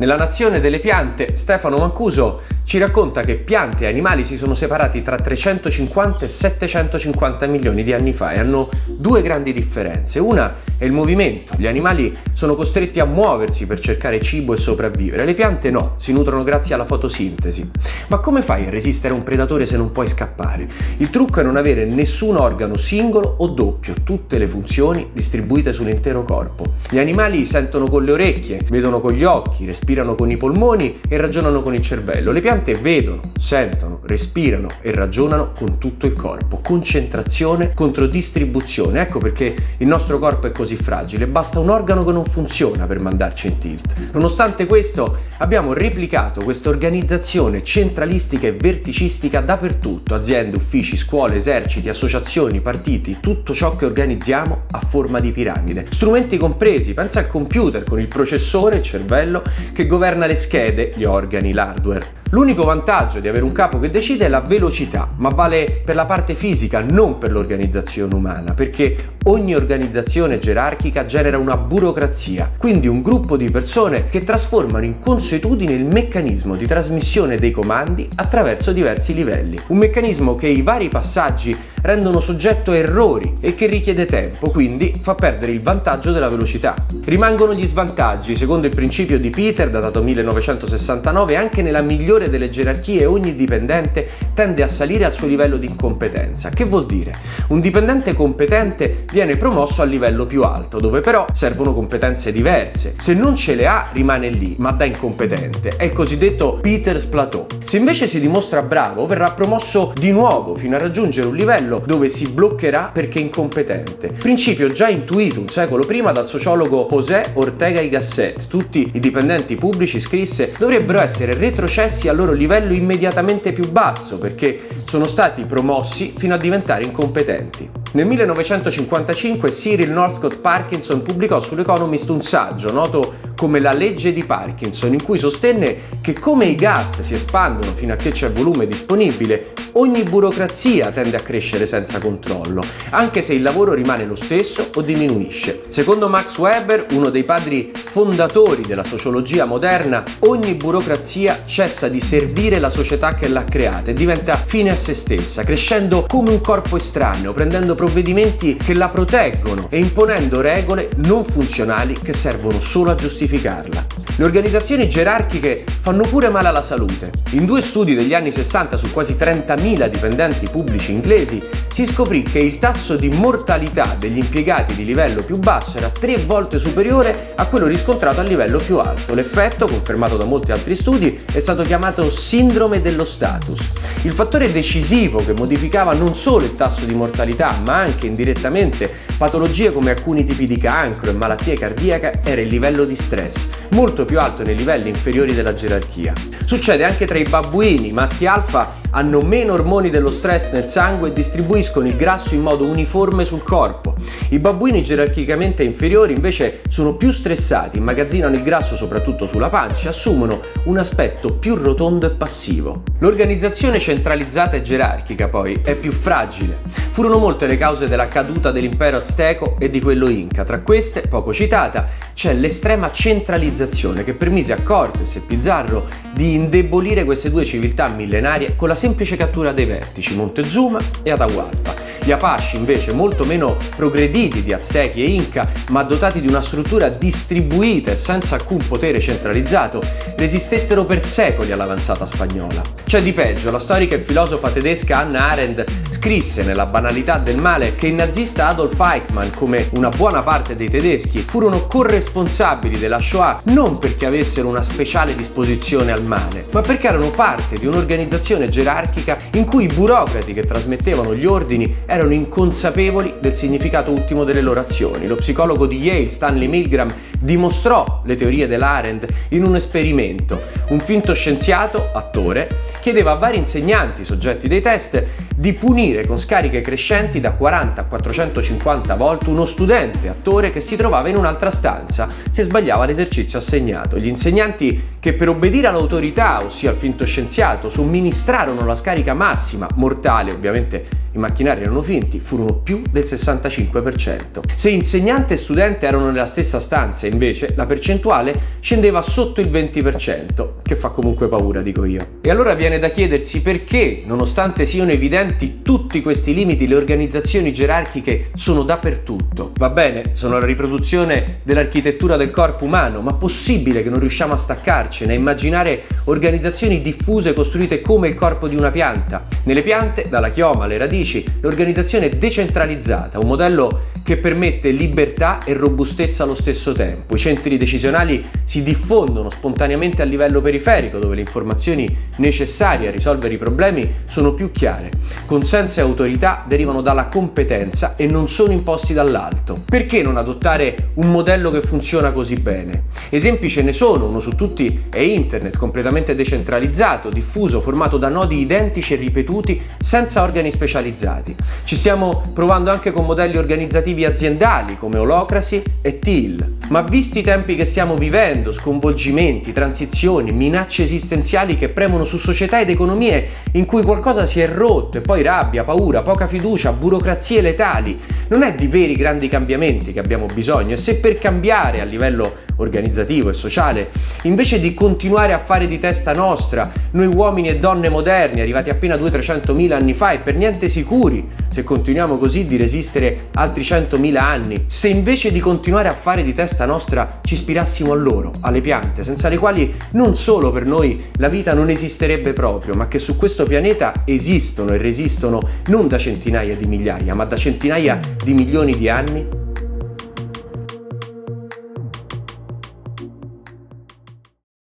Nella nazione delle piante, Stefano Mancuso ci racconta che piante e animali si sono separati tra 350 e 750 milioni di anni fa e hanno due grandi differenze. Una è il movimento. Gli animali sono costretti a muoversi per cercare cibo e sopravvivere. Le piante no, si nutrono grazie alla fotosintesi. Ma come fai a resistere a un predatore se non puoi scappare? Il trucco è non avere nessun organo singolo o doppio, tutte le funzioni distribuite sull'intero corpo. Gli animali sentono con le orecchie, vedono con gli occhi, respirano con i polmoni e ragionano con il cervello. Le piante vedono, sentono, respirano e ragionano con tutto il corpo. Concentrazione contro distribuzione. Ecco perché il nostro corpo è così fragile. Basta un organo che non funziona per mandarci in tilt. Nonostante questo, abbiamo replicato questa organizzazione centralistica e verticistica dappertutto. Aziende, uffici, scuole, eserciti, associazioni, partiti, tutto ciò che organizziamo a forma di piramide. Strumenti compresi, pensa al computer con il processore, il cervello, che governa le schede, gli organi, l'hardware. L'unico vantaggio di avere un capo che decide è la velocità, ma vale per la parte fisica, non per l'organizzazione umana, perché ogni organizzazione gerarchica genera una burocrazia, quindi un gruppo di persone che trasformano in consuetudine il meccanismo di trasmissione dei comandi attraverso diversi livelli. Un meccanismo che i vari passaggi rendono soggetto a errori e che richiede tempo, quindi fa perdere il vantaggio della velocità. Rimangono gli svantaggi, secondo il principio di Peter, datato 1969, anche nella migliore delle gerarchie ogni dipendente tende a salire al suo livello di incompetenza. Che vuol dire? Un dipendente competente viene promosso al livello più alto, dove però servono competenze diverse. Se non ce le ha, rimane lì, ma da incompetente. È il cosiddetto Peter's Plateau. Se invece si dimostra bravo, verrà promosso di nuovo fino a raggiungere un livello dove si bloccherà perché incompetente. Principio già intuito un secolo prima dal sociologo José Ortega y Gasset. Tutti i dipendenti pubblici, scrisse, dovrebbero essere retrocessi al loro livello immediatamente più basso perché sono stati promossi fino a diventare incompetenti. Nel 1955 Cyril Northcote Parkinson pubblicò sull'Economist un saggio noto come la legge di Parkinson, in cui sostenne che come i gas si espandono fino a che c'è volume disponibile, ogni burocrazia tende a crescere senza controllo, anche se il lavoro rimane lo stesso o diminuisce. Secondo Max Weber, uno dei padri fondatori della sociologia moderna, ogni burocrazia cessa di servire la società che l'ha creata e diventa fine a se stessa, crescendo come un corpo estraneo, prendendo provvedimenti che la proteggono e imponendo regole non funzionali che servono solo a giustificarla. Le organizzazioni gerarchiche fanno pure male alla salute. In due studi degli anni 60 su quasi 30.000 dipendenti pubblici inglesi si scoprì che il tasso di mortalità degli impiegati di livello più basso era 3 volte superiore a quello riscontrato a livello più alto. L'effetto, confermato da molti altri studi, è stato chiamato sindrome dello status. Il fattore decisivo che modificava non solo il tasso di mortalità, ma anche indirettamente patologie come alcuni tipi di cancro e malattie cardiache era il livello di stress, molto più alto nei livelli inferiori della gerarchia. Succede anche tra i babbuini. I maschi alfa hanno meno ormoni dello stress nel sangue e distribuiscono il grasso in modo uniforme sul corpo. I babbuini gerarchicamente inferiori invece sono più stressati, immagazzinano il grasso soprattutto sulla pancia e assumono un aspetto più rotondo e passivo. L'organizzazione centralizzata e gerarchica poi è più fragile. Furono molte le cause della caduta dell'impero azteco e di quello inca. Tra queste, poco citata, c'è l'estrema centralizzazione che permise a Cortes e Pizarro di indebolire queste due civiltà millenarie con la semplice cattura dei vertici, Montezuma e Atahualpa. Gli Apache, invece, molto meno progrediti di Aztechi e Inca, ma dotati di una struttura distribuita e senza alcun potere centralizzato, resistettero per secoli all'avanzata spagnola. C'è di peggio. La storica e filosofa tedesca Hannah Arendt scrisse nella Banalità del male che il nazista Adolf Eichmann, come una buona parte dei tedeschi, furono corresponsabili della Shoah non perché avessero una speciale disposizione al male, ma perché erano parte di un'organizzazione gerarchica in cui i burocrati che trasmettevano gli ordini erano inconsapevoli del significato ultimo delle loro azioni. Lo psicologo di Yale, Stanley Milgram, dimostrò le teorie dell'Arendt in un esperimento. Un finto scienziato, attore, chiedeva a vari insegnanti soggetti dei test di punire con scariche crescenti da 40 a 450 volte uno studente, attore, che si trovava in un'altra stanza se sbagliava l'esercizio assegnato. Gli insegnanti, che per obbedire all'autorità, ossia al finto scienziato, somministrarono la scarica massima, mortale, ovviamente i macchinari erano finti furono più del 65%. Se insegnante e studente erano nella stessa stanza, invece, la percentuale scendeva sotto il 20%, che fa comunque paura, dico io. E allora viene da chiedersi perché, nonostante siano evidenti tutti questi limiti, le organizzazioni gerarchiche sono dappertutto. Va bene, sono la riproduzione dell'architettura del corpo umano, ma possibile che non riusciamo a staccarcene, a immaginare organizzazioni diffuse costruite come il corpo di una pianta? Nelle piante, dalla chioma alle radici, l'organizzazione è decentralizzata, un modello che permette libertà e robustezza allo stesso tempo. I centri decisionali si diffondono spontaneamente a livello periferico, dove le informazioni necessarie a risolvere i problemi sono più chiare. Consenso e autorità derivano dalla competenza e non sono imposti dall'alto. Perché non adottare un modello che funziona così bene? Esempi ce ne sono, uno su tutti è internet, completamente decentralizzato, diffuso, formato da nodi identici e ripetuti senza organi specializzati. Ci stiamo provando anche con modelli organizzativi aziendali come Holacracy e Teal. Ma visti i tempi che stiamo vivendo, sconvolgimenti, transizioni, minacce esistenziali che premono su società ed economie in cui qualcosa si è rotto e poi rabbia, paura, poca fiducia, burocrazie letali, non è di veri grandi cambiamenti che abbiamo bisogno, e se per cambiare a livello organizzativo e sociale, invece di continuare a fare di testa nostra, noi uomini e donne moderni, arrivati appena 200-300.000 anni fa e per niente sicuri, se continuiamo così, di resistere altri 100.000 anni, se invece di continuare a fare di testa nostra ci ispirassimo a loro, alle piante, senza le quali non solo per noi la vita non esisterebbe proprio, ma che su questo pianeta esistono e resistono non da centinaia di migliaia, ma da centinaia di milioni di anni?